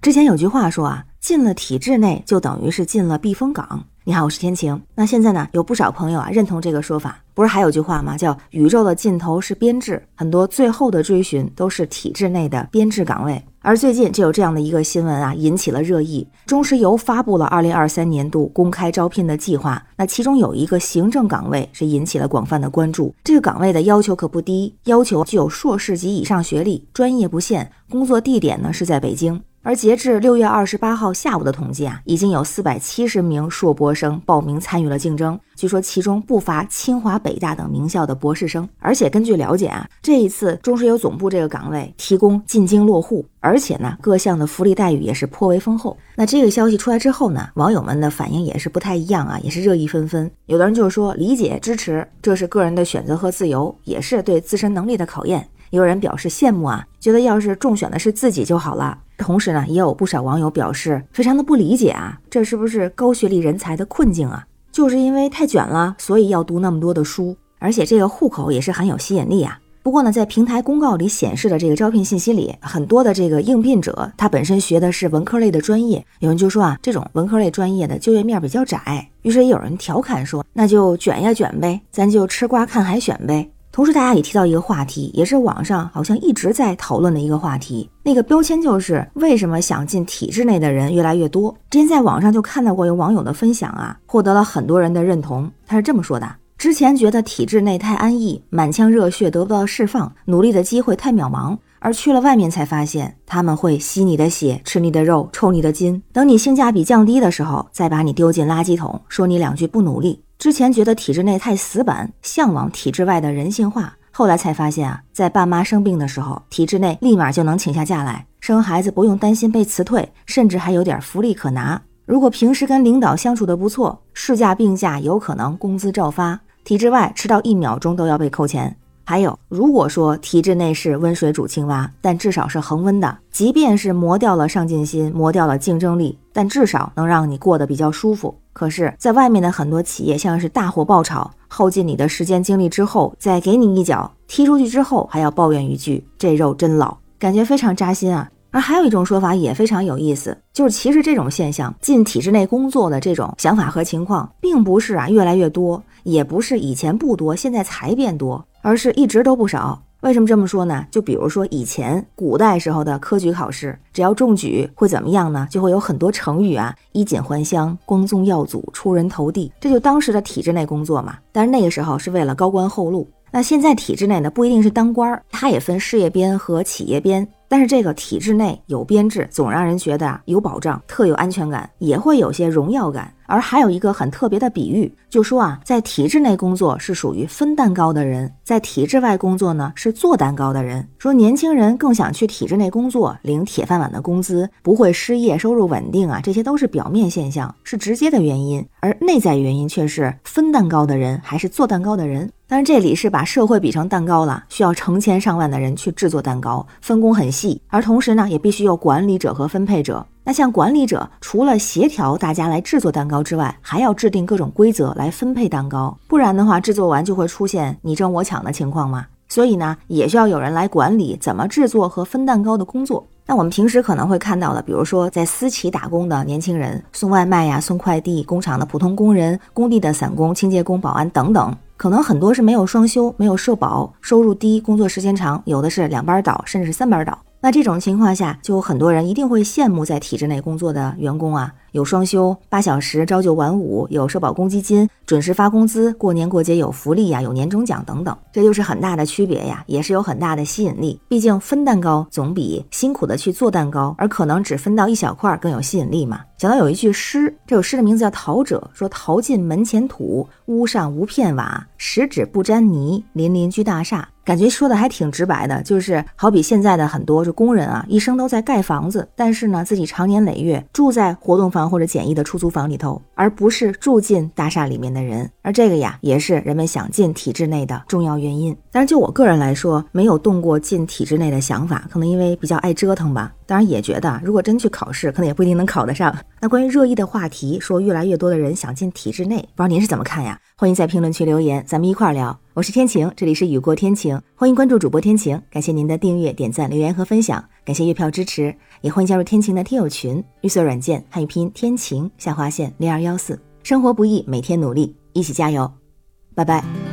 之前有句话说啊，进了体制内就等于是进了避风港。你好，我是天晴。那现在呢，有不少朋友啊认同这个说法，不是还有句话吗？叫宇宙的尽头是编制，很多最后的追寻都是体制内的编制岗位。而最近就有这样的一个新闻啊，引起了热议。中石油发布了2023年度公开招聘的计划，那其中有一个行政岗位是引起了广泛的关注。这个岗位的要求可不低，要求具有硕士及以上学历，专业不限，工作地点呢是在北京。而截至6月28号下午的统计啊，已经有470名硕博生报名参与了竞争，据说其中不乏清华北大等名校的博士生。而且根据了解啊，这一次中石油总部这个岗位提供进京落户，而且呢各项的福利待遇也是颇为丰厚。那这个消息出来之后呢，网友们的反应也是不太一样啊，也是热议纷纷。有的人就是说理解支持，这是个人的选择和自由，也是对自身能力的考验。也有人表示羡慕啊，觉得要是中选的是自己就好了。同时呢，也有不少网友表示非常的不理解啊，这是不是高学历人才的困境啊？就是因为太卷了，所以要读那么多的书，而且这个户口也是很有吸引力啊。不过呢，在平台公告里显示的这个招聘信息里，很多的这个应聘者他本身学的是文科类的专业，有人就说啊，这种文科类专业的就业面比较窄，于是也有人调侃说，那就卷呀卷呗，咱就吃瓜看海选呗。同时大家也提到一个话题，也是网上好像一直在讨论的一个话题，那个标签就是为什么想进体制内的人越来越多。之前在网上就看到过有网友的分享啊，获得了很多人的认同。他是这么说的，之前觉得体制内太安逸，满腔热血得不到释放，努力的机会太渺茫，而去了外面才发现他们会吸你的血，吃你的肉，抽你的筋，等你性价比降低的时候再把你丢进垃圾桶，说你两句不努力。之前觉得体制内太死板，向往体制外的人性化，后来才发现啊，在爸妈生病的时候，体制内立马就能请下假来，生孩子不用担心被辞退，甚至还有点福利可拿。如果平时跟领导相处的不错，事假病假有可能工资照发，体制外迟到1秒钟都要被扣钱。还有，如果说体制内是温水煮青蛙，但至少是恒温的，即便是磨掉了上进心，磨掉了竞争力，但至少能让你过得比较舒服。可是在外面的很多企业像是大火爆炒，耗尽你的时间精力之后，再给你一脚踢出去之后，还要抱怨一句这肉真老，感觉非常扎心啊。而还有一种说法也非常有意思，就是其实这种现象，进体制内工作的这种想法和情况，并不是越来越多，也不是以前不多现在才变多，而是一直都不少。为什么这么说呢？就比如说以前古代时候的科举考试，只要中举会怎么样呢？就会有很多成语啊，衣锦还乡，光宗耀祖，出人头地，这就当时的体制内工作嘛。但是那个时候是为了高官厚禄。那现在体制内呢，不一定是当官，它也分事业编和企业编。但是这个体制内有编制，总让人觉得有保障，特有安全感，也会有些荣耀感。而还有一个很特别的比喻，就说啊，在体制内工作是属于分蛋糕的人，在体制外工作呢是做蛋糕的人。说年轻人更想去体制内工作，领铁饭碗的工资，不会失业，收入稳定啊，这些都是表面现象，是直接的原因。而内在原因却是分蛋糕的人还是做蛋糕的人。当然这里是把社会比成蛋糕了，需要成千上万的人去制作蛋糕，分工很细，而同时呢也必须有管理者和分配者。那像管理者除了协调大家来制作蛋糕之外，还要制定各种规则来分配蛋糕，不然的话制作完就会出现你争我抢的情况嘛。所以呢也需要有人来管理怎么制作和分蛋糕的工作。那我们平时可能会看到的，比如说在私企打工的年轻人，送外卖呀、送快递，工厂的普通工人，工地的散工、清洁工、保安等等，可能很多是没有双休，没有社保，收入低，工作时间长，有的是2班倒，甚至是3班倒。那这种情况下，就有很多人一定会羡慕在体制内工作的员工啊，有双休，8小时，朝9晚5，有社保公积金，准时发工资，过年过节有福利呀，有年终奖等等，这就是很大的区别呀，也是有很大的吸引力。毕竟分蛋糕总比辛苦的去做蛋糕，而可能只分到一小块更有吸引力嘛。讲到有一句诗，这首诗的名字叫《陶者》，说陶尽门前土，屋上无片瓦，十指不沾泥，邻邻居大厦。感觉说的还挺直白的，就是好比现在的很多是工人啊，一生都在盖房子，但是呢自己常年累月住在活动房或者简易的出租房里头，而不是住进大厦里面的人。而这个呀也是人们想进体制内的重要原因。当然就我个人来说，没有动过进体制内的想法，可能因为比较爱折腾吧。当然也觉得如果真去考试，可能也不一定能考得上。那关于热议的话题，说越来越多的人想进体制内，不知道您是怎么看呀？欢迎欢迎在评论区留言，咱们一块儿聊。我是天晴，这里是雨过天晴，欢迎关注主播天晴，感谢您的订阅、点赞、留言和分享，感谢月票支持，也欢迎加入天晴的听友群，绿色软件汉语拼天晴下划线0214。生活不易，每天努力，一起加油，拜拜。